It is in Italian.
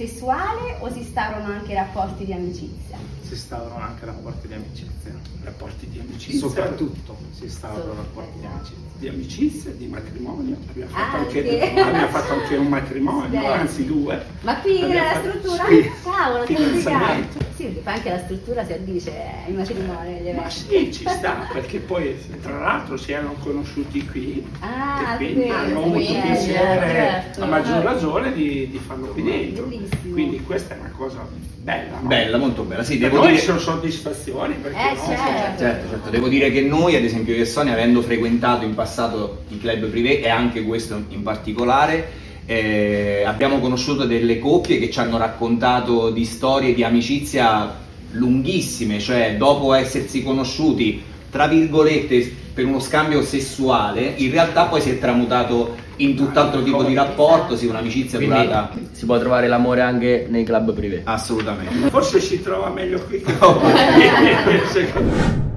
sessuale o si instaurano anche rapporti di amicizia? Si instaurano anche rapporti di amicizia. Rapporti di amicizia. Soprattutto si instaurano rapporti di amicizia. Di amicizia, di matrimonio. Abbiamo fatto anche un Sì. matrimonio, anzi 2. Ma qui Abbiamo nella fatto- struttura? sì. Cavolo, che Fidanzamento. complicato. Sì, perché anche la struttura si addice ai matrimoni, agli Ma eventi. sì, ci sta, perché poi tra l'altro si erano conosciuti qui Ah, e quindi vero, hanno avuto sì, piacere certo. a maggior ragione di farlo qui dentro. Bellissimo. Quindi questa è una cosa bella. No? Bella, molto bella. Sì, Per devo noi dire... sono soddisfazioni perché no? Certo, devo dire che noi, ad esempio io e Sonia, avendo frequentato in passato i club privé e anche questo in particolare, abbiamo conosciuto delle coppie che ci hanno raccontato di storie di amicizia lunghissime, cioè dopo essersi conosciuti tra virgolette per uno scambio sessuale, in realtà poi si è tramutato in tutt'altro tipo di rapporto, sì, un'amicizia Quindi durata si può trovare l'amore anche nei club privé. assolutamente. Forse si trova meglio qui che Oh. secondo me.